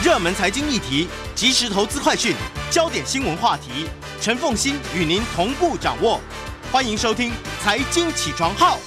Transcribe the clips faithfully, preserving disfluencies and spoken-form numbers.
热门财经议题、即时投资快讯、焦点新闻话题，陈凤馨与您同步掌握。欢迎收听《财经起床号》。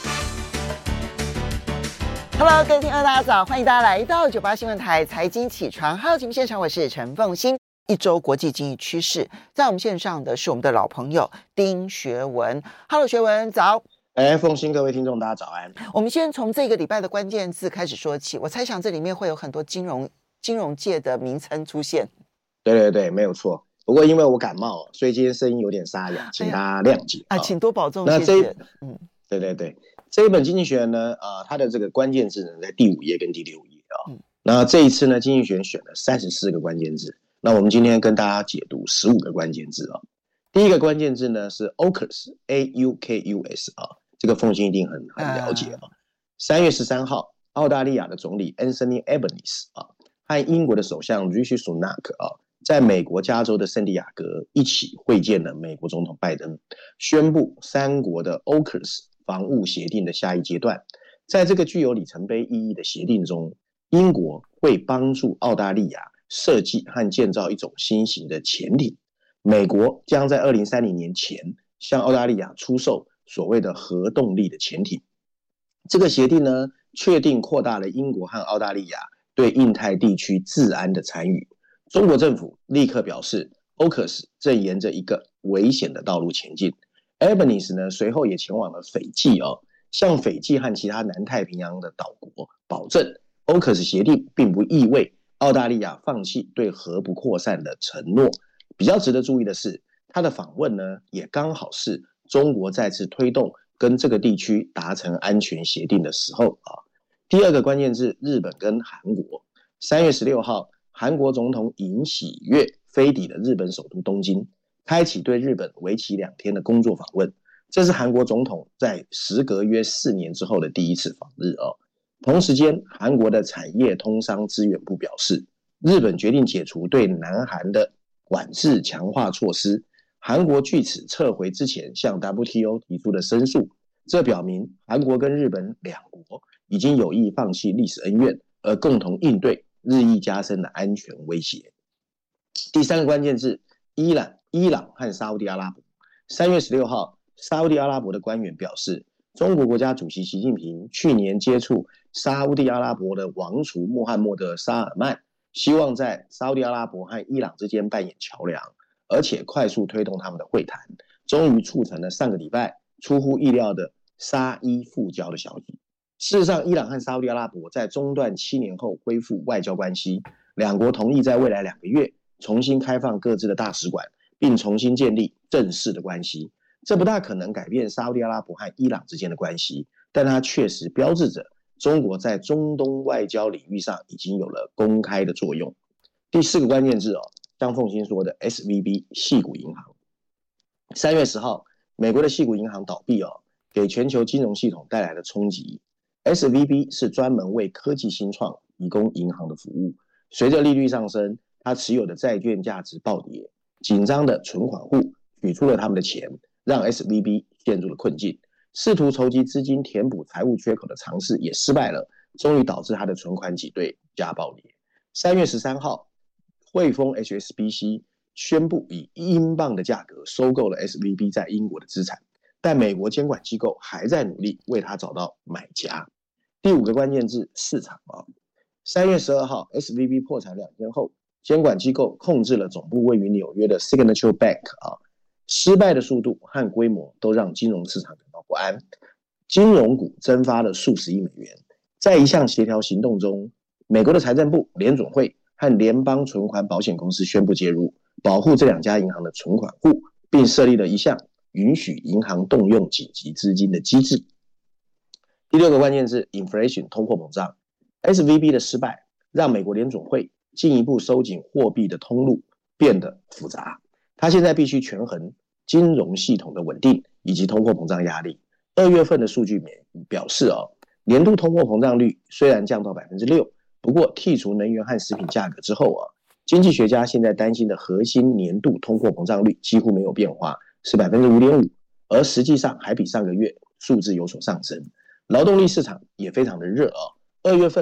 Hello， 各位听众大家早，欢迎大家来到九八新闻台财经起床号节目现场，我是陈凤馨。一周国际经济趋势，在我们线上的是我们的老朋友丁学文。Hello， 学文早。 哎，凤馨，各位听众大家早安。 我们先从这个礼拜的关键字开始说起，我猜想这里面会有很多金融金融界的名称出现。 对对对，没有错。不过因为我感冒，所以今天声音有点沙哑，请大家谅解、 哎、啊，请多保重。 那这谢谢。嗯， 对对对，这一本经济学人呢，呃，它的这个关键字呢在第五页跟第六页啊、哦嗯。那这一次呢，经济学人选了三十四个关键字。那我们今天跟大家解读十五个关键字啊、哦。第一个关键字呢是 A U K U S A U K U S 啊，这个凤馨一定很很了解啊。三、uh... 月十三号，澳大利亚的总理 Anthony Albanese 啊，和英国的首相 Rishi Sunak 啊，在美国加州的圣地亚哥一起会见了美国总统拜登，宣布三国的 A U K U S 防务协定的下一阶段。在这个具有里程碑意义的协定中，英国会帮助澳大利亚设计和建造一种新型的潜艇，美国将在二零三零年前向澳大利亚出售所谓的核动力的潜艇。这个协定呢，确定扩大了英国和澳大利亚对印太地区治安的参与。中国政府立刻表示 A U K U S 正沿着一个危险的道路前进。 Albanese 呢，随后也前往了斐济哦，向斐济和其他南太平洋的岛国保证 A U K U S 协定并不意味澳大利亚放弃对核不扩散的承诺。比较值得注意的是，他的访问呢，也刚好是中国再次推动跟这个地区达成安全协定的时候啊。第二个关键字，日本跟韩国。三月十六号，韩国总统尹锡悦飞抵了日本首都东京，开启对日本为期两天的工作访问。这是韩国总统在时隔约四年之后的第一次访日哦。同时间，韩国的产业通商资源部表示，日本决定解除对南韩的管制强化措施，韩国据此撤回之前向 W T O 提出的申诉。这表明韩国跟日本两国已经有意放弃历史恩怨，而共同应对日益加深的安全威胁。第三个关键字，伊朗、伊朗和沙烏地阿拉伯。三月十六号，沙烏地阿拉伯的官员表示，中国国家主席习近平去年接触沙烏地阿拉伯的王储穆罕默德·沙尔曼，希望在沙烏地阿拉伯和伊朗之间扮演桥梁，而且快速推动他们的会谈，终于促成了上个礼拜出乎意料的沙伊复交的消息。事实上，伊朗和沙烏地阿拉伯在中断七年後恢复外交关系，两国同意在未来两个月重新开放各自的大使馆，并重新建立正式的关系。这不大可能改变沙烏地阿拉伯和伊朗之间的关系，但它确实标志着中国在中东外交领域上已经有了公开的作用。第四个关键字哦，像凤馨说的 S V B 矽谷银行。三月十号，美国的矽谷银行倒闭哦，给全球金融系统带来了冲击。S V B 是专门为科技新创提供银行的服务，随着利率上升，它持有的债券价值暴跌，紧张的存款户取出了他们的钱，让 S V B 陷入了困境。试图筹集资金填补财务缺口的尝试也失败了，终于导致他的存款挤兑加暴跌。三月十三号，汇丰 H S B C 宣布以英镑的价格收购了 S V B 在英国的资产，但美国监管机构还在努力为他找到买家。第五个关键字，市场啊。三月十二号 ，S V B 破产两天后，监管机构控制了总部位于纽约的 Signature Bank 啊。失败的速度和规模都让金融市场感到不安，金融股蒸发了数十亿美元。在一项协调行动中，美国的财政部、联准会和联邦存款保险公司宣布介入，保护这两家银行的存款户，并设立了一项允许银行动用紧急资金的机制。第六个关键字 inflation 通货膨胀。 S V B 的失败让美国联准会进一步收紧货币的通路变得复杂，它现在必须权衡金融系统的稳定以及通货膨胀压力。二月份的数据表示哦，年度通货膨胀率虽然降到 百分之六， 不过剔除能源和食品价格之后啊，经济学家现在担心的核心年度通货膨胀率几乎没有变化，是 百分之五点五， 而实际上还比上个月数字有所上升。劳动力市场也非常的热啊，二月份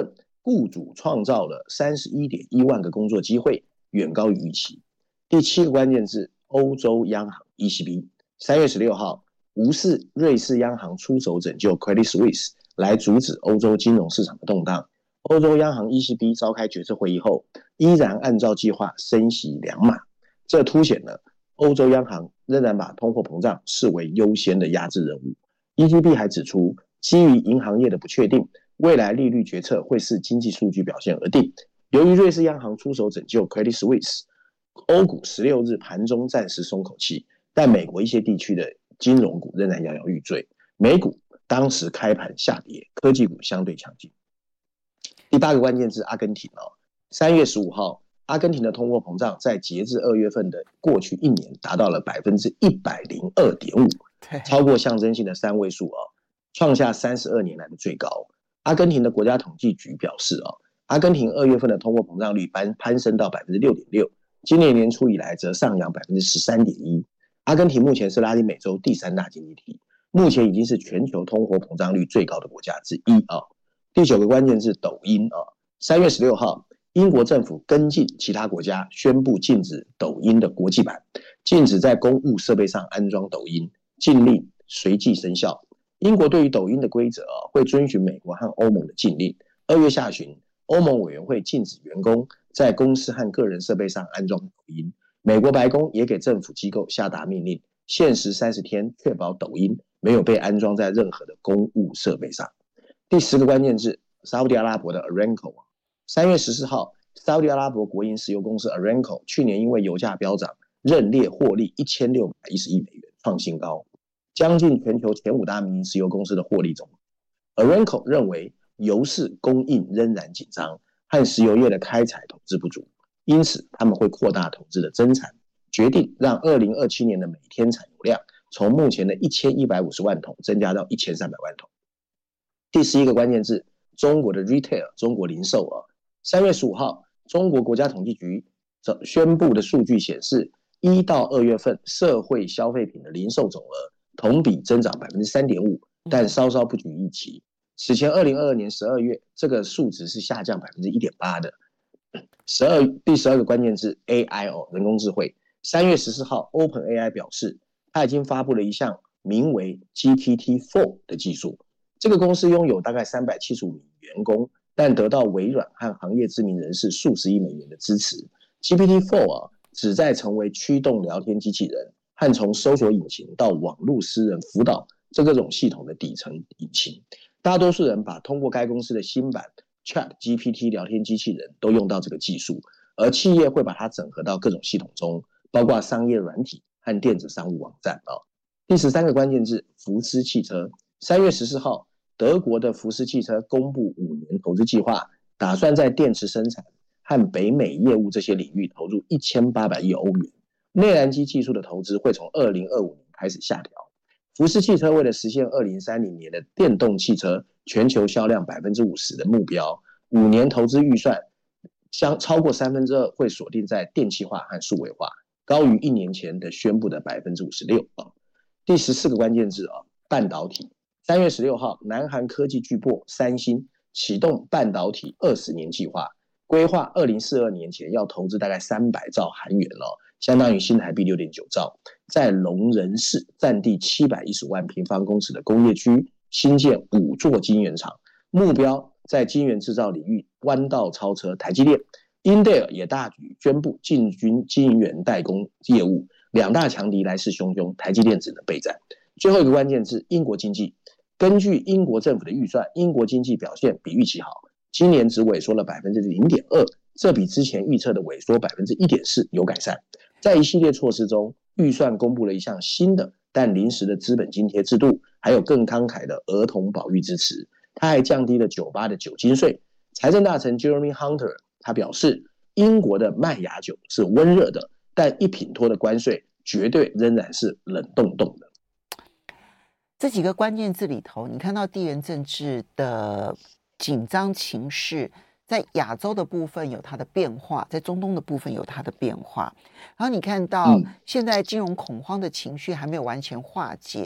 雇主创造了 三十一点一万个工作机会，远高于预期。第七个关键字，欧洲央行 E C B 三月十六号无视瑞士央行出手拯救 Credit Suisse 来阻止欧洲金融市场的动荡。欧洲央行 E C B 召开决策会议后，依然按照计划升息两码，这凸显了欧洲央行仍然把通货膨胀视为优先的压制任务。E C B 还指出，基于银行业的不确定，未来利率决策会视经济数据表现而定。由于瑞士央行出手拯救 Credit Suisse， 欧股十六日盘中暂时松口气，但美国一些地区的金融股仍然摇摇欲坠。美股当时开盘下跌，科技股相对强劲。第八个关键字，阿根廷哦，三月十五号，阿根廷的通货膨胀在截至二月份的过去一年达到了百分之一百零二点五，超过象征性的三位数哦，创下三十二年来的最高。阿根廷的国家统计局表示哦，阿根廷二月份的通货膨胀率攀攀升到百分之六点六，今年年初以来则上扬百分之十三点一。阿根廷目前是拉丁美洲第三大经济体，目前已经是全球通货膨胀率最高的国家之一啊。第九个关键字，抖音啊，三月十六号，英国政府跟进其他国家宣布禁止抖音的国际版，禁止在公务设备上安装抖音，禁令随即生效。英国对于抖音的规则啊，会遵循美国和欧盟的禁令。二月下旬，欧盟委员会禁止员工在公司和个人设备上安装抖音。美国白宫也给政府机构下达命令，限时三十天，确保抖音没有被安装在任何的公务设备上。第十个关键字，沙烏地阿拉伯的 Aramco。三月十四号，沙烏地阿拉伯国营石油公司 Aramco 去年因为油价飙涨，认列获利一千六百一十亿美元，创新高，将近全球前五大民营石油公司的获利总和。Aramco 认为油市供应仍然紧张，和石油业的开采投资不足，因此他们会扩大投资的增产，决定让二零二七年的每天产油量从目前的一千一百五十万桶增加到一千三百万桶。第十一个关键字，中国的 retail， 中国零售啊。三月十五号，中国国家统计局宣布的数据显示，一到二月份社会消费品的零售总额同比增长 百分之三点五， 但稍稍不及预期。此前二零二二年十二月，这个数值是下降 百分之一点八 的。十二第十二个关键字 A I 哦，人工智慧。三月十四号 OpenAI 表示，它已经发布了一项名为 G P T 四 的技术。这个公司拥有大概三百七十五名员工，但得到微软和行业知名人士数十亿美元的支持。G P T 四 啊，旨在成为驱动聊天机器人和从搜索引擎到网络私人辅导这各种系统的底层引擎。大多数人把通过该公司的新版 Chat G P T 聊天机器人都用到这个技术，而企业会把它整合到各种系统中，包括商业软体和电子商务网站啊。第十三个关键字，福斯汽车。三月十四号，德国的福斯汽车公布五年投资计划，打算在电池生产和北美业务这些领域投入一千八百亿欧元。内燃机技术的投资会从二零二五年开始下调。福斯汽车为了实现二零三零年的电动汽车全球销量 百分之五十 的目标，五年投资预算将超过三分之二会锁定在电气化和数位化，高于一年前的宣布的 百分之五十六。 第十四个关键字啊，半导体。三月十六号，南韩科技巨擘三星启动半导体二十年计划，规划二零四二年前要投资大概三百兆韩元哦，相当于新台币 六点九兆，在龙仁市占地七百一十万平方公尺的工业区新建五座晶圆厂，目标在晶圆制造领域弯道超车台积电。英特尔也大举宣布进军晶圆代工业务，两大强敌来势汹汹，台积电只能备战。最后一个关键字，英国经济。根据英国政府的预算，英国经济表现比预期好，今年只萎缩了 百分之零点二， 这比之前预测的萎缩 百分之一点四 有改善。在一系列措施中，预算公布了一项新的但临时的资本津贴制度，还有更慷慨的儿童保育支持。他还降低了酒吧的酒精税。财政大臣 Jeremy Hunter 他表示，英国的麦芽酒是温热的，但一品托的关税绝对仍然是冷冻冻的。 这几个关键字里头，你看到地缘政治的紧张情势，在亚洲的部分有它的变化，在中东的部分有它的变化。然后你看到现在金融恐慌的情绪还没有完全化解，然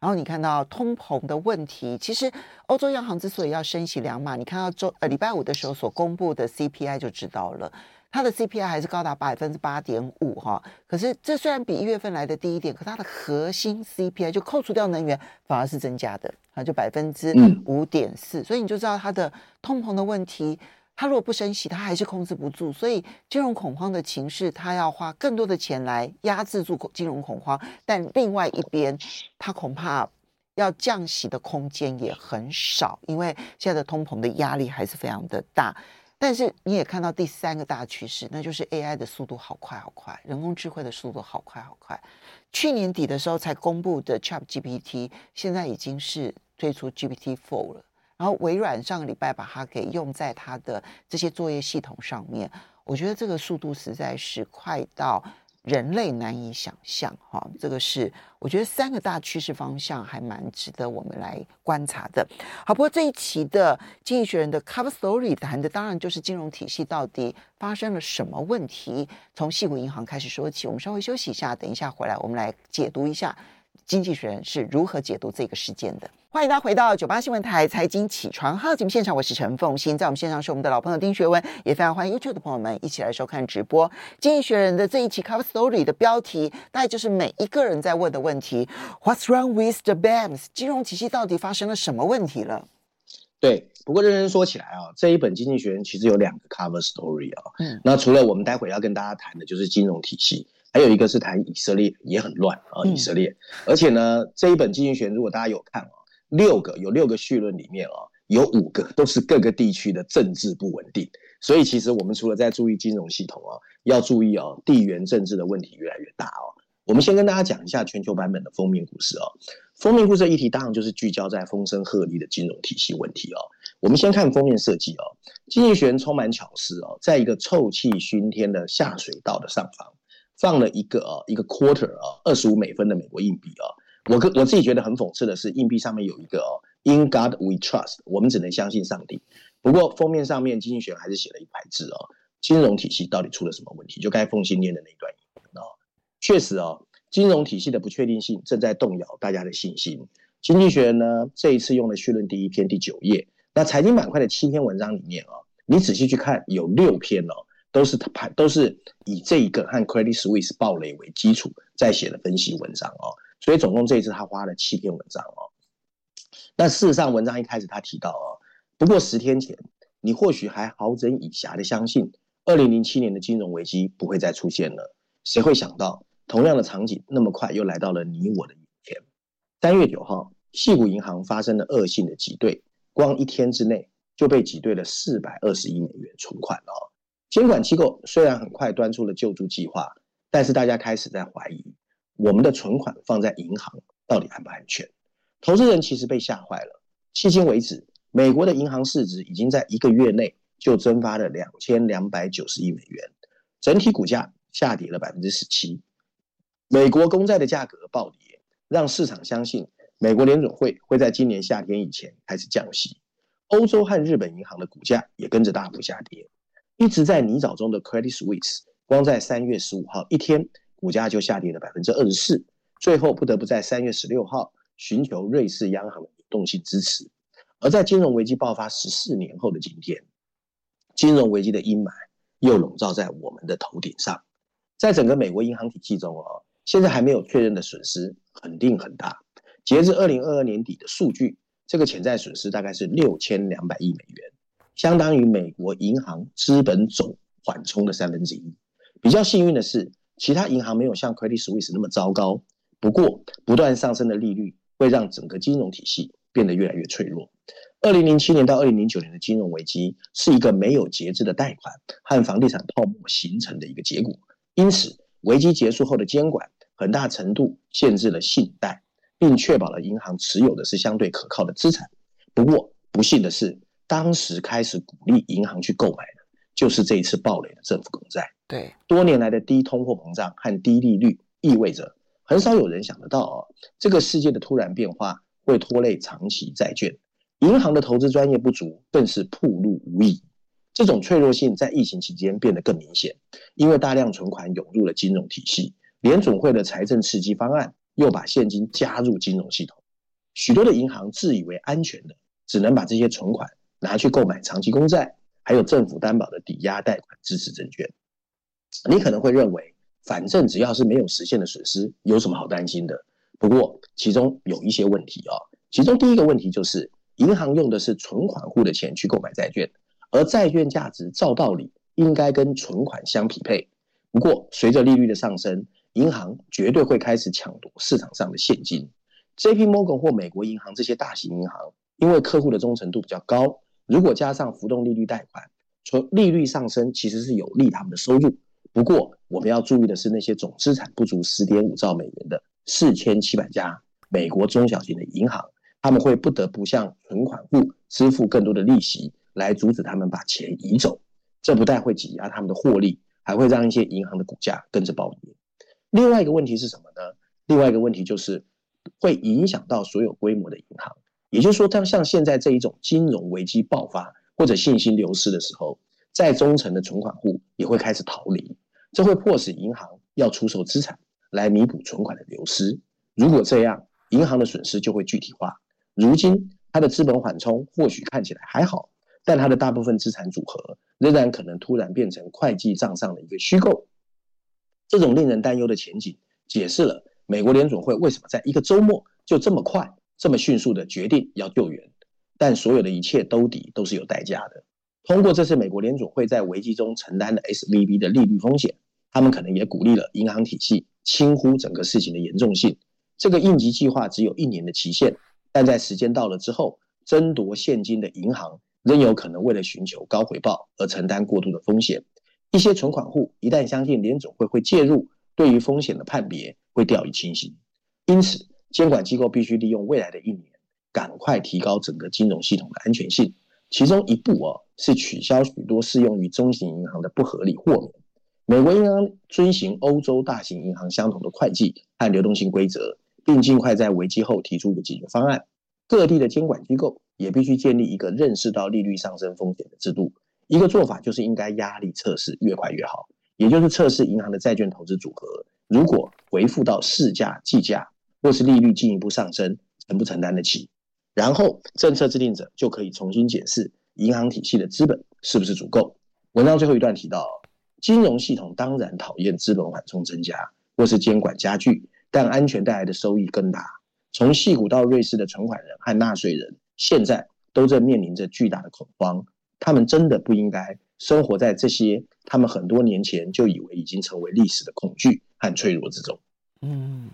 然后你看到通膨的问题，其实欧洲央行之所以要升息两码，你看到周呃礼拜五的时候所公布的 C P I 就知道了。它的 C P I 还是高达百分之八点五哈，可是这虽然比一月份来的低一点，可它的核心 C P I 就扣除掉能源反而是增加的啊，就百分之五点四，所以你就知道它的通膨的问题，它如果不升息，它还是控制不住，所以金融恐慌的情势，它要花更多的钱来压制住金融恐慌，但另外一边，它恐怕要降息的空间也很少，因为现在的通膨的压力还是非常的大。但是你也看到第三个大趋势，那就是 A I 的速度好快好快，人工智慧的速度好快好快。去年底的时候才公布的 ChatGPT， 现在已经是推出 G P T 四 了。然后微软上个礼拜把它给用在它的这些作业系统上面，我觉得这个速度实在是快到人类难以想象哈，这个是我觉得三个大趋势方向还蛮值得我们来观察的。好，不过这一期的经济学人的 Cover Story 谈的当然就是金融体系到底发生了什么问题，从矽谷银行开始说起。我们稍微休息一下，等一下回来我们来解读一下经济学人是如何解读这个事件的。欢迎大家回到九八新闻台财经起床号节目现场，我是陈凤馨，在我们现场是我们的老朋友丁学文，也非常欢迎 YouTube 的朋友们一起来收看直播。经济学人的这一期 Cover Story 的标题大概就是每一个人在问的问题 What's wrong with the banks？ 金融体系到底发生了什么问题了？ 对，不过认真说起来啊，这一本经济学人其实有两个 Cover Story 啊，嗯，那除了我们待会要跟大家谈的就是金融体系，还有一个是谈以色列，也很乱啊，以色列。嗯、而且呢，这一本经济学人如果大家有看啊，六个有六个绪论里面啊，有五个都是各个地区的政治不稳定。所以其实我们除了在注意金融系统啊，要注意啊地缘政治的问题越来越大哦。我们先跟大家讲一下全球版本的封面故事哦。封面故事的议题当然就是聚焦在风声鹤唳的金融体系问题哦。我们先看封面设计哦，经济学人充满巧思哦，在一个臭气熏天的下水道的上方。放了一个呃一个 quarter 啊，二十五美分的美国硬币啊。我我自己觉得很讽刺的是，硬币上面有一个哦 ，In God We Trust， 我们只能相信上帝。不过封面上面经济学人还是写了一排字哦，金融体系到底出了什么问题？就该凤馨念的那一段引言哦。确实哦，金融体系的不确定性正在动摇大家的信心。经济学人呢这一次用了绪论第一篇第九页，那财经板块的七篇文章里面哦，你仔细去看，有六篇哦。都是都是以这一个和 Credit Suisse 暴雷为基础在写的分析文章哦，所以总共这一次他花了七篇文章哦。那事实上文章一开始他提到哦，不过十天前你或许还好整以暇的相信二零零七年的金融危机不会再出现了，谁会想到同样的场景那么快又来到了你我的眼前。三月九号矽谷银行发生了恶性的挤兑，光一天之内就被挤兑了四百二十亿美元存款哦。监管机构虽然很快端出了救助计划，但是大家开始在怀疑我们的存款放在银行到底安不安全。投资人其实被吓坏了。迄今为止，美国的银行市值已经在一个月内就蒸发了两千两百九十亿美元，整体股价下跌了 百分之十七。 美国公债的价格暴跌，让市场相信美国联准会会在今年夏天以前开始降息。欧洲和日本银行的股价也跟着大幅下跌。一直在泥沼中的 Credit Suisse 光在三月十五号一天股价就下跌了 百分之二十四， 最后不得不在三月十六号寻求瑞士央行的流动性支持。而在金融危机爆发十四年后的今天，金融危机的阴霾又笼罩在我们的头顶上。在整个美国银行体系中哦，现在还没有确认的损失肯定很大。截至二零二二年底的数据，这个潜在损失大概是六千两百亿美元，相当于美国银行资本总缓冲的三分之一。比较幸运的是，其他银行没有像 Credit Suisse 那么糟糕。不过，不断上升的利率会让整个金融体系变得越来越脆弱。二零零七年到二零零九年的金融危机是一个没有节制的贷款和房地产泡沫形成的一个结果。因此，危机结束后的监管很大程度限制了信贷，并确保了银行持有的是相对可靠的资产。不过，不幸的是，当时开始鼓励银行去购买的就是这一次暴雷的政府公债。 对， 多年来的低通货膨胀和低利率意味着很少有人想得到哦，这个世界的突然变化会拖累长期债券。银行的投资专业不足更是暴露无遗。这种脆弱性在疫情期间变得更明显，因为大量存款涌入了金融体系，联准会的财政刺激方案又把现金加入金融系统， 许多的银行自以为安全的，只能把这些存款拿去购买长期公债，还有政府担保的抵押贷款支持证券。你可能会认为，反正只要是没有实现的损失，有什么好担心的？不过其中有一些问题哦。其中第一个问题就是，银行用的是存款户的钱去购买债券，而债券价值照道理应该跟存款相匹配。不过随着利率的上升，银行绝对会开始抢夺市场上的现金。J P Morgan 或美国银行这些大型银行，因为客户的忠诚度比较高，如果加上浮动利率贷款，利率上升其实是有利他们的收入。不过我们要注意的是，那些总资产不足 十点五兆美元的四千七百家美国中小型的银行，他们会不得不向存款户支付更多的利息，来阻止他们把钱移走。这不但会挤压他们的获利，还会让一些银行的股价跟着暴跌。另外一个问题是什么呢？另外一个问题就是会影响到所有规模的银行。也就是说，像现在这一种金融危机爆发或者信心流失的时候，在中层的存款户也会开始逃离，这会迫使银行要出售资产来弥补存款的流失。如果这样，银行的损失就会具体化。如今它的资本缓冲或许看起来还好，但它的大部分资产组合仍然可能突然变成会计账上的一个虚构。这种令人担忧的前景解释了美国联准会为什么在一个周末就这么快这么迅速的决定要救援。但所有的一切兜底都是有代价的。通过这次美国联准会在危机中承担的 S V B 的利率风险，他们可能也鼓励了银行体系轻忽整个事情的严重性。这个应急计划只有一年的期限，但在时间到了之后，争夺现金的银行仍有可能为了寻求高回报而承担过度的风险。一些存款户一旦相信联准会会介入，对于风险的判别会掉以轻心。因此监管机构必须利用未来的一年赶快提高整个金融系统的安全性。其中一步哦，是取消许多适用于中型银行的不合理豁免。美国银行遵循欧洲大型银行相同的会计和流动性规则，并尽快在危机后提出一个解决方案。各地的监管机构也必须建立一个认识到利率上升风险的制度。一个做法就是应该压力测试越快越好，也就是测试银行的债券投资组合，如果回复到市价计价，或是利率进一步上升，承不承担得起。然后政策制定者就可以重新检视银行体系的资本是不是足够。文章最后一段提到，金融系统当然讨厌资本缓冲增加或是监管加剧，但安全带来的收益更大。从矽谷到瑞士的存款人和纳税人现在都正面临着巨大的恐慌，他们真的不应该生活在这些他们很多年前就以为已经成为历史的恐惧和脆弱之中。 嗯，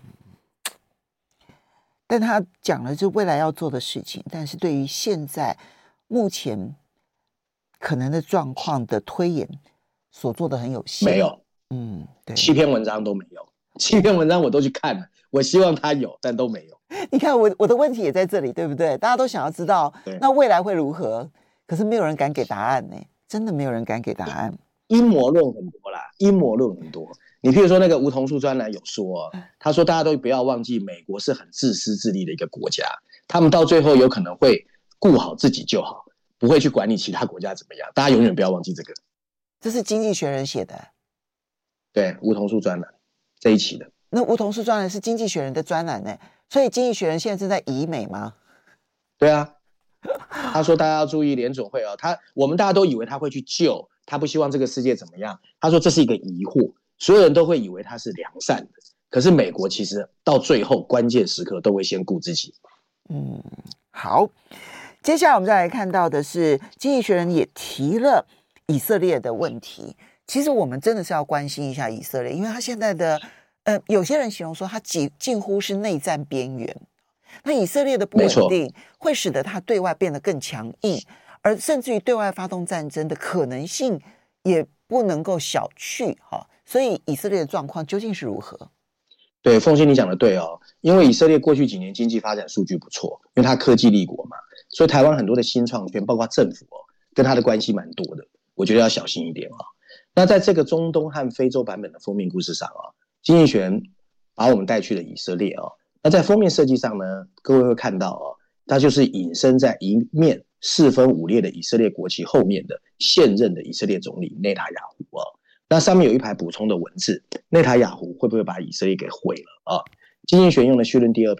但他讲了就未来要做的事情，但是对于现在目前可能的状况的推演所做的很有限。 没有， 嗯，对， 七篇文章都没有，七篇文章我都去看了，我希望他有，但都没有。 你看我我的问题也在这里，对不对？大家都想要知道那未来会如何，可是没有人敢给答案呢，真的没有人敢给答案。 阴谋论很多啦，阴谋论很多。你譬如说那个梧桐树专栏有说，他说大家都不要忘记，美国是很自私自利的一个国家，他们到最后有可能会顾好自己就好，不会去管理其他国家怎么样。大家永远不要忘记这个。 这是经济学人写的。 对，梧桐树专栏这一期的。 那梧桐树专栏是经济学人的专栏呢，所以经济学人现在正在移美吗？ 对啊，他说大家要注意联准会哦，他我们大家都以为他会去救，他不希望这个世界怎么样。他说这是一个疑惑，所有人都会以为他是良善的，可是美国其实到最后关键时刻都会先顾自己。 嗯，好，接下来我们再来看到的是经济学人也提了以色列的问题。其实我们真的是要关心一下以色列，因为他现在的呃，有些人形容说他近近乎是内战边缘。那以色列的不稳定会使得他对外变得更强硬，而甚至于对外发动战争的可能性也不能够小觑哈。所以以色列的状况究竟是如何？ 对，凤馨你讲的对哦，因为以色列过去几年经济发展数据不错，因为它科技立国嘛，所以台湾很多的新创圈，包括政府哦，跟它的关系蛮多的，我觉得要小心一点哦。那在这个中东和非洲版本的封面故事上啊，经济学人把我们带去了以色列哦。那在封面设计上呢，各位会看到哦，它就是隐身在一面四分五裂的以色列国旗后面的现任的以色列总理内塔雅胡哦。那上面有一排补充的文字，内塔雅胡会不会把以色列给毁了啊？经济学用的绪论第二篇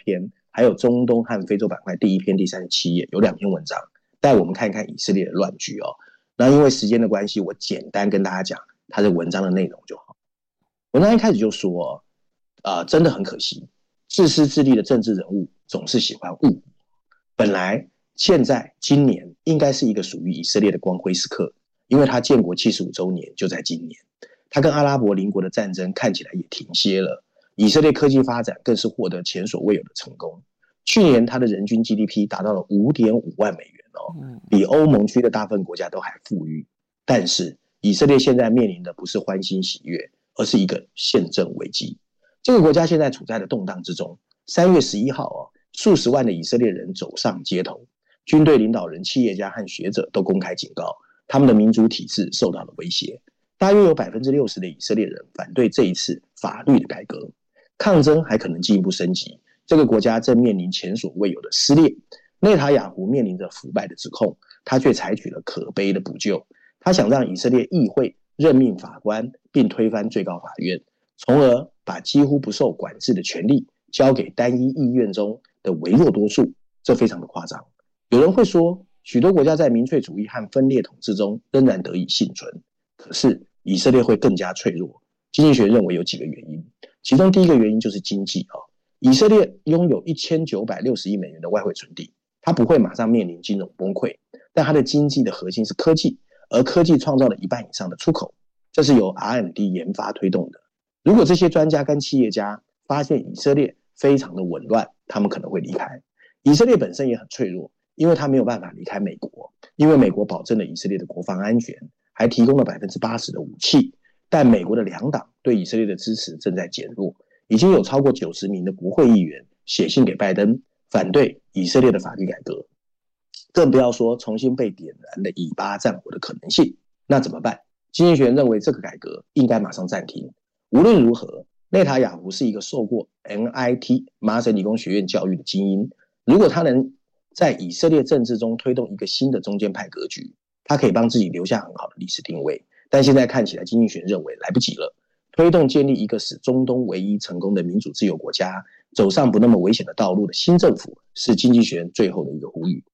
还有中东和非洲板块第一篇第三十七页有两篇文章，带我们看一看以色列的乱局哦。那因为时间的关系，我简单跟大家讲它的文章的内容就好。文章一开始就说，呃，真的很可惜，自私自利的政治人物总是喜欢误国。本来现在今年应该是一个属于以色列的光辉时刻，因为他建国七十五周年就在今年，他跟阿拉伯邻国的战争看起来也停歇了，以色列科技发展更是获得前所未有的成功。去年他的人均 G D P 达到了 五点五万美元哦，比欧盟区的大部分国家都还富裕。但是以色列现在面临的不是欢欣喜悦，而是一个宪政危机。这个国家现在处在了动荡之中。三月十一号哦，数十万的以色列人走上街头，军队领导人、企业家和学者都公开警告，他们的民主体制受到了威胁。大约有 百分之六十 的以色列人反对这一次法律的改革，抗争还可能进一步升级。这个国家正面临前所未有的撕裂。内塔雅胡面临着腐败的指控，他却采取了可悲的补救。他想让以色列议会任命法官，并推翻最高法院，从而把几乎不受管制的权力交给单一议院中的微弱多数，这非常的夸张。有人会说，许多国家在民粹主义和分裂统治中仍然得以幸存，可是以色列会更加脆弱。经济学认为有几个原因，其中第一个原因就是经济啊。以色列拥有一千九百六十亿美元的外汇存底，它不会马上面临金融崩溃，但它的经济的核心是科技，而科技创造了一半以上的出口，这是由 R and D 研发推动的。如果这些专家跟企业家发现以色列非常的紊乱，他们可能会离开。以色列本身也很脆弱，因为它没有办法离开美国，因为美国保证了以色列的国防安全，还提供了 百分之八十 的武器，但美国的两党对以色列的支持正在减弱，已经有超过九十名的国会议员写信给拜登，反对以色列的法律改革，更不要说重新被点燃的以巴战火的可能性。那怎么办？经济学人认为这个改革应该马上暂停。无论如何，内塔雅胡是一个受过 M I T 麻省理工学院教育的精英，如果他能在以色列政治中推动一个新的中间派格局，他可以帮自己留下很好的历史定位。但现在看起来，经济学人认为来不及了。推动建立一个使中东唯一成功的民主自由国家走上不那么危险的道路的新政府，是经济学人最后的一个呼吁。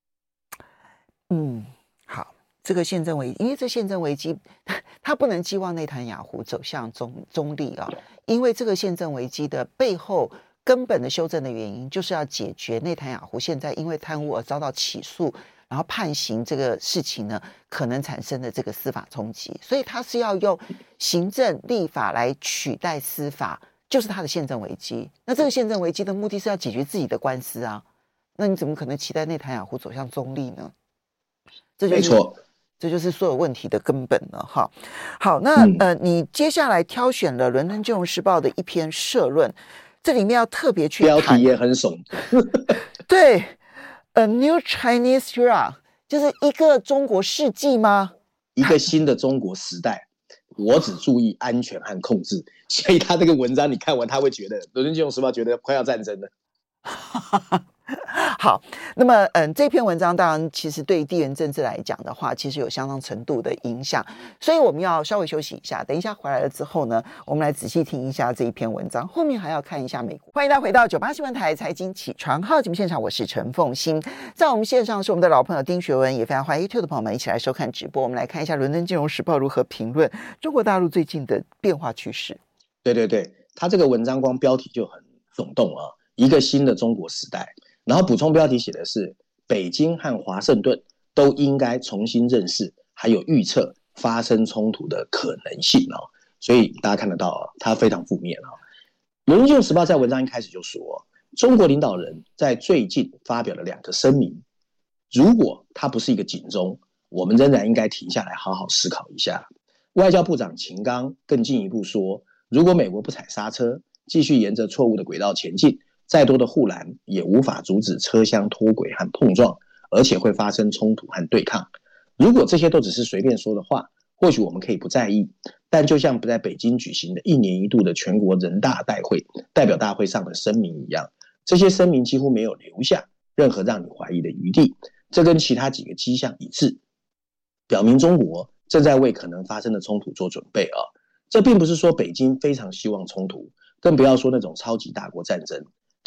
嗯，好，这个宪政危机，因为这宪政危机，他不能寄望内塔尼亚胡走向中中立啊，因为这个宪政危机的背后根本的修正的原因，就是要解决内塔尼亚胡现在因为贪污而遭到起诉，然后判刑这个事情呢，可能产生的这个司法冲击，所以他是要用行政立法来取代司法，就是他的宪政危机。那这个宪政危机的目的是要解决自己的官司啊，那你怎么可能期待内塔尼亚胡走向中立呢？这就是、没错，这就是所有问题的根本了哈。好，那、嗯、呃，你接下来挑选了《伦敦金融时报》的一篇社论，这里面要特别去标题也很耸对。A new Chinese era 就是一个中国世纪吗？ 一个新的中国时代。我只注意安全和控制，所以他这个文章你看完，他会觉得《伦敦金融时报》觉得快要战争了。 好，那么嗯，这篇文章当然其实对地缘政治来讲的话，其实有相当程度的影响，所以我们要稍微休息一下，等一下回来了之后呢，我们来仔细听一下这一篇文章，后面还要看一下美国。欢迎大家回到九八新闻台财经起床号节目现场，我是陈凤馨，在我们线上是我们的老朋友丁学文，也非常欢迎 YouTube 的朋友们一起来收看直播。我们来看一下伦敦金融时报如何评论中国大陆最近的变化趋势。 对对对，他这个文章光标题就很耸动啊，一个新的中国时代。然后补充标题写的是北京和华盛顿都应该重新认识还有预测发生冲突的可能性啊，所以大家看得到啊，它非常负面啊。伦敦金融时报在文章一开始就说，中国领导人在最近发表了两个声明，如果它不是一个警钟，我们仍然应该停下来好好思考一下。外交部长秦刚更进一步说，如果美国不踩刹车，继续沿着错误的轨道前进，再多的护栏也无法阻止车厢脱轨和碰撞，而且会发生冲突和对抗。如果这些都只是随便说的话，或许我们可以不在意，但就像不在北京举行的一年一度的全国人大代会代表大会上的声明一样，这些声明几乎没有留下任何让你怀疑的余地，这跟其他几个迹象一致，表明中国正在为可能发生的冲突做准备啊。这并不是说北京非常希望冲突，更不要说那种超级大国战争，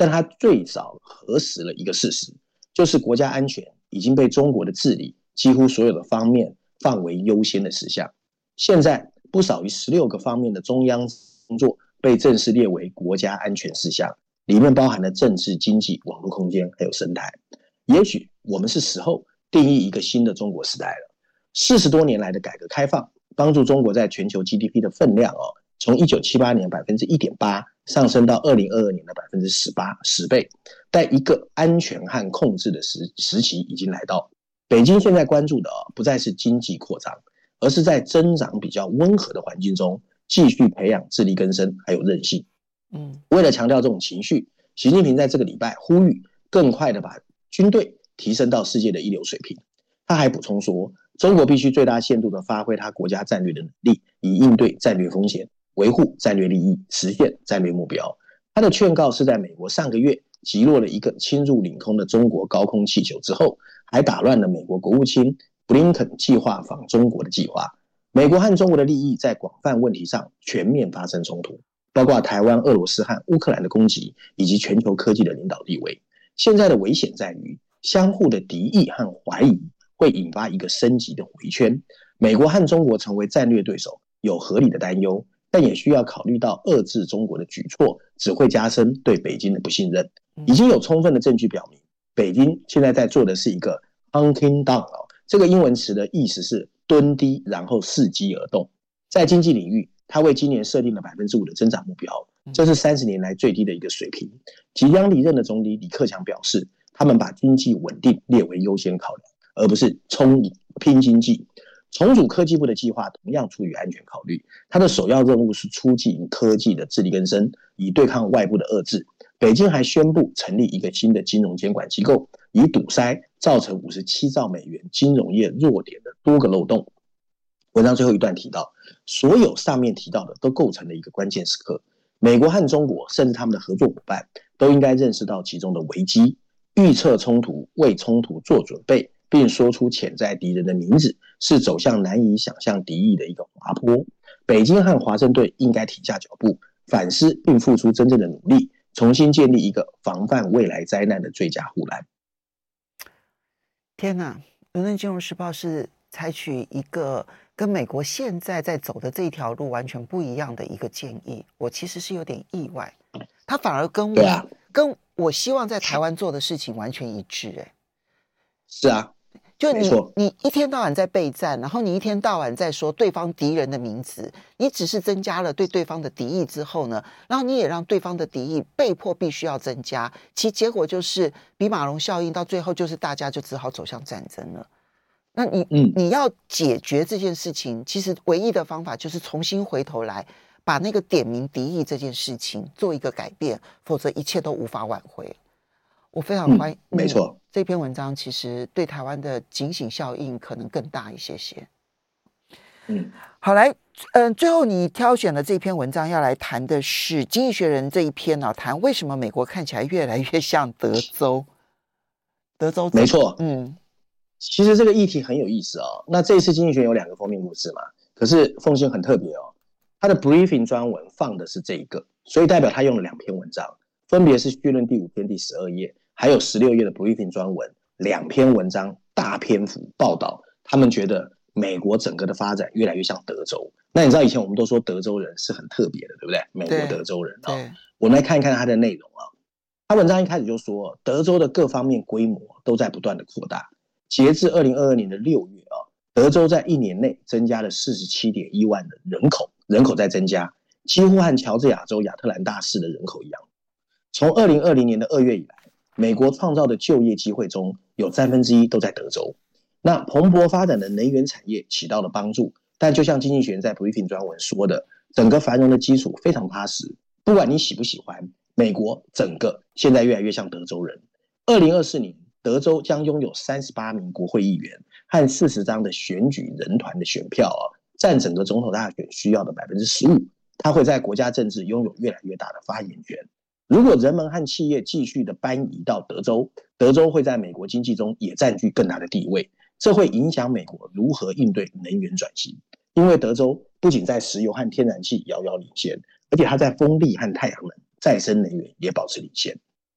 但他最早核实了一个事实，就是国家安全已经被中国的治理几乎所有的方面放为优先的事项。现在不少于十六个方面的中央工作被正式列为国家安全事项，里面包含了政治、经济、网络空间还有生态。也许我们是时候定义一个新的中国时代了。四十多年来的改革开放，帮助中国在全球 G D P 的分量哦，从一九七八年 百分之一点八 上升到二零二二年的 百分之十八， 十倍。但一个安全和控制的 时, 时期已经来到。北京现在关注的、哦、不再是经济扩张，而是在增长比较温和的环境中继续培养自力更生还有韧性。嗯，为了强调这种情绪，习近平在这个礼拜呼吁更快的把军队提升到世界的一流水平。他还补充说，中国必须最大限度地发挥他国家战略的能力，以应对战略风险，维护战略利益，实现战略目标。他的劝告是在美国上个月击落了一个侵入领空的中国高空气球之后，还打乱了美国国务卿布林肯计划访中国的计划。美国和中国的利益在广泛问题上全面发生冲突，包括台湾、俄罗斯和乌克兰的攻击，以及全球科技的领导地位。现在的危险在于，相互的敌意和怀疑会引发一个升级的回圈。美国和中国成为战略对手有合理的担忧，但也需要考虑到遏制中国的举措只会加深对北京的不信任。已经有充分的证据表明，北京现在在做的是一个 hunking down， 这个英文词的意思是蹲低然后伺机而动。在经济领域，他为今年设定了 百分之五 的增长目标，这是三十年来最低的一个水平。即将离任的总理李克强表示，他们把经济稳定列为优先考量，而不是冲拼经济。重组科技部的计划同样出于安全考虑，它的首要任务是促进科技的自力更生，以对抗外部的遏制。北京还宣布成立一个新的金融监管机构，以堵塞造成五十七兆美元金融业弱点的多个漏洞。文章最后一段提到，所有上面提到的都构成了一个关键时刻。美国和中国甚至他们的合作伙伴都应该认识到其中的危机，预测冲突，为冲突做准备，并说出潜在敌人的名字，是走向难以想象敌意的一个滑坡。北京和华盛顿应该停下脚步，反思并付出真正的努力，重新建立一个防范未来灾难的最佳护栏。 天哪，伦敦金融时报是采取一个跟美国现在在走的这条路完全不一样的一个建议，我其实是有点意外。他反而跟我、啊、跟我希望在台湾做的事情完全一致、欸。 是啊， 就你你一天到晚在备战，然后你一天到晚在说对方敌人的名词，你只是增加了对对方的敌意之后呢，然后你也让对方的敌意被迫必须要增加，其结果就是比马龙效应，到最后就是大家就只好走向战争了。那你、嗯、你要解决这件事情，其实唯一的方法就是重新回头来把那个点名敌意这件事情做一个改变，否则一切都无法挽回。我非常欢迎、 嗯、没错、嗯、 这篇文章其实对台湾的警醒效应可能更大一些些。 嗯， 好，来，嗯，最后你挑选的这篇文章要来谈的是《经济学人》这一篇啊，谈为什么美国看起来越来越像德州。德州， 没错， 嗯， 其实这个议题很有意思哦。那这一次《经济学人》有两个封面故事嘛，可是凤馨很特别哦，他的 briefing 专文放的是这一个，所以代表他用了两篇文章，分别是序论第五篇第十二页。还有十六页的 briefing 专文，两篇文章大篇幅报道，他们觉得美国整个的发展越来越像德州。那你知道以前我们都说德州人是很特别的，对不对？美国德州人啊、哦，我们来看一看他的内容啊。他文章一开始就说，德州的各方面规模都在不断的扩大。截至二零二二年的六月啊，德州在一年内增加了 四十七点一万的人口，人口在增加，几乎和乔治亚州亚特兰大市的人口一样。从二零二零年的二月以来，美国创造的就业机会中有三分之一都在德州。那蓬勃发展的能源产业起到了帮助，但就像经济学人在 briefing 专文说的，整个繁荣的基础非常踏实。不管你喜不喜欢，美国整个现在越来越像德州人。二零二四年，德州将拥有三十八名国会议员和四十张的选举人团的选票、啊、占整个总统大选需要的 百分之十五。他会在国家政治拥有越来越大的发言权。如果人们和企业继续的搬移到德州，德州会在美国经济中也占据更大的地位，这会影响美国如何应对能源转型。因为德州不仅在石油和天然气遥遥领先，而且它在风力和太阳能、再生能源也保持领先。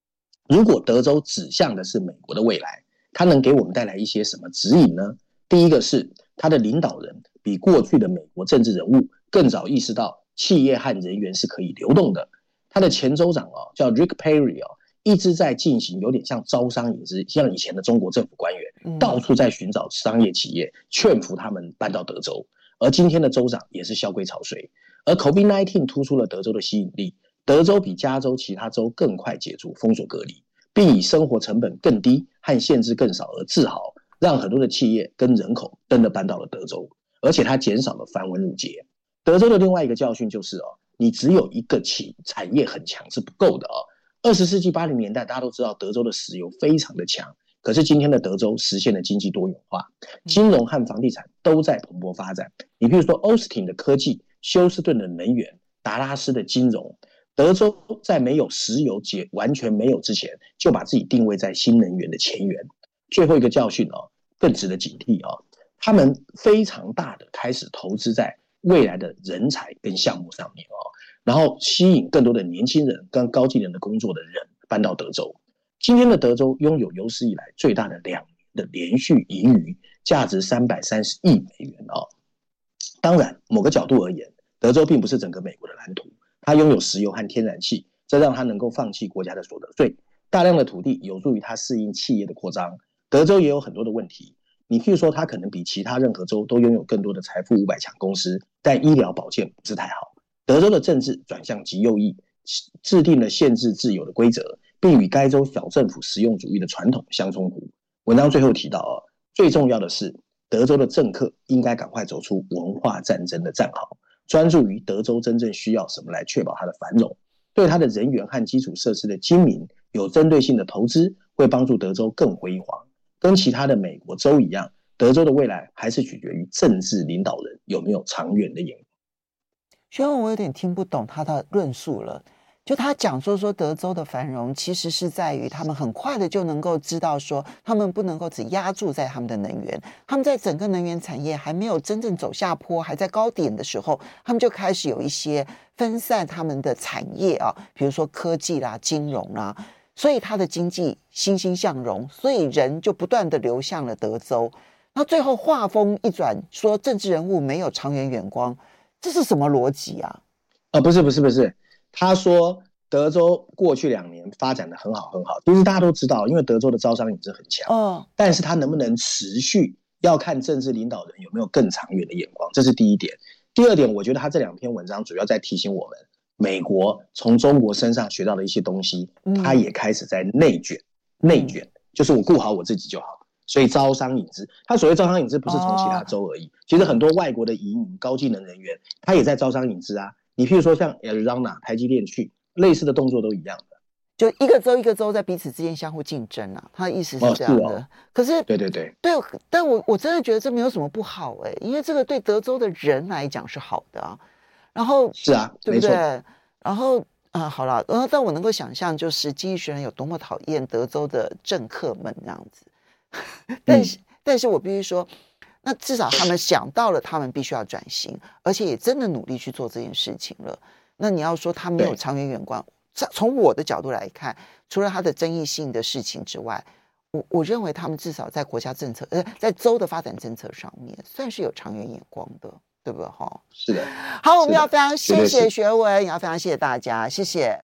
如果德州指向的是美国的未来，它能给我们带来一些什么指引呢？第一个是它的领导人比过去的美国政治人物更早意识到企业和人员是可以流动的。他的前州长哦，叫 Rick Perry 哦，一直在进行有点像招商引资，像以前的中国政府官员，到处在寻找商业企业，劝服他们搬到德州。而今天的州长也是萧规曹随。而 COVID 十九 突出了德州的吸引力，德州比加州其他州更快解除封锁隔离，并以生活成本更低和限制更少而自豪，让很多的企业跟人口真的搬到了德州，而且它减少了繁文缛节。德州的另外一个教训就是哦，你只有一个企产业很强是不够的哦。二十世纪八零年代，大家都知道德州的石油非常的强，可是今天的德州实现了经济多元化，金融和房地产都在蓬勃发展。你比如说 Austin 的科技，休斯顿的能源，达拉斯的金融。德州在没有石油节完全没有之前，就把自己定位在新能源的前沿。最后一个教训哦，更值得警惕哦，他们非常大的开始投资在未来的人才跟项目上面哦，然后吸引更多的年轻人跟高技能的工作的人搬到德州。今天的德州拥有有史以来最大的两年的连续盈余，价值三百三十亿美元哦。当然，某个角度而言，德州并不是整个美国的蓝图。它拥有石油和天然气，这让它能够放弃国家的所得税。大量的土地有助于它适应企业的扩张。德州也有很多的问题，你譬如说，它可能比其他任何州都拥有更多的财富五百强公司，但医疗保健不是太好。德州的政治转向极右翼，制定了限制自由的规则，并与该州小政府实用主义的传统相冲突。文章最后提到哦，最重要的是，德州的政客应该赶快走出文化战争的战壕，专注于德州真正需要什么来确保它的繁荣。对它的人员和基础设施的精明、有针对性的投资，会帮助德州更辉煌。跟其他的美国州一样，德州的未来还是取决于政治领导人有没有长远的眼光。 学文，我有点听不懂他的论述了。就他讲说说德州的繁荣其实是在于他们很快的就能够知道说他们不能够只压注在他们的能源，他们在整个能源产业还没有真正走下坡还在高点的时候，他们就开始有一些分散他们的产业啊，比如说科技啦、金融啦，所以他的经济欣欣向荣，所以人就不断的流向了德州。那最后话锋一转，说政治人物没有长远眼光，这是什么逻辑啊？ 啊，不是不是不是。他说德州过去两年发展的很好很好，其实大家都知道，因为德州的招商引资很强，哦，但是他能不能持续，要看政治领导人有没有更长远的眼光，这是第一点。第二点，我觉得他这两篇文章主要在提醒我们，美国从中国身上学到的一些东西，他也开始在内卷，嗯、内卷就是我顾好我自己就好。所以招商引资，他所谓招商引资不是从其他州而已，哦、其实很多外国的移民、高技能人员，他也在招商引资啊。你譬如说像 Arizona 台积电去，类似的动作都一样的， 就一个州一个州在彼此之间相互竞争啊，他的意思是这样的。哦是哦、可是对对对对，但我我真的觉得这没有什么不好哎、欸，因为这个对德州的人来讲是好的啊。然后是啊， 对不对？然后啊、呃，好了，然后但我能够想象，就是经济学人有多么讨厌德州的政客们这样子。但是、嗯，但是我必须说。那至少他们想到了，他们必须要转型，而且也真的努力去做这件事情了。那你要说他没有长远眼光，从我的角度来看，除了他的争议性的事情之外，我我认为他们至少在国家政策，呃，在州的发展政策上面，算是有长远眼光的，对不对？哈， 是的。 好，我们要非常谢谢学文，也要非常谢谢大家，谢谢。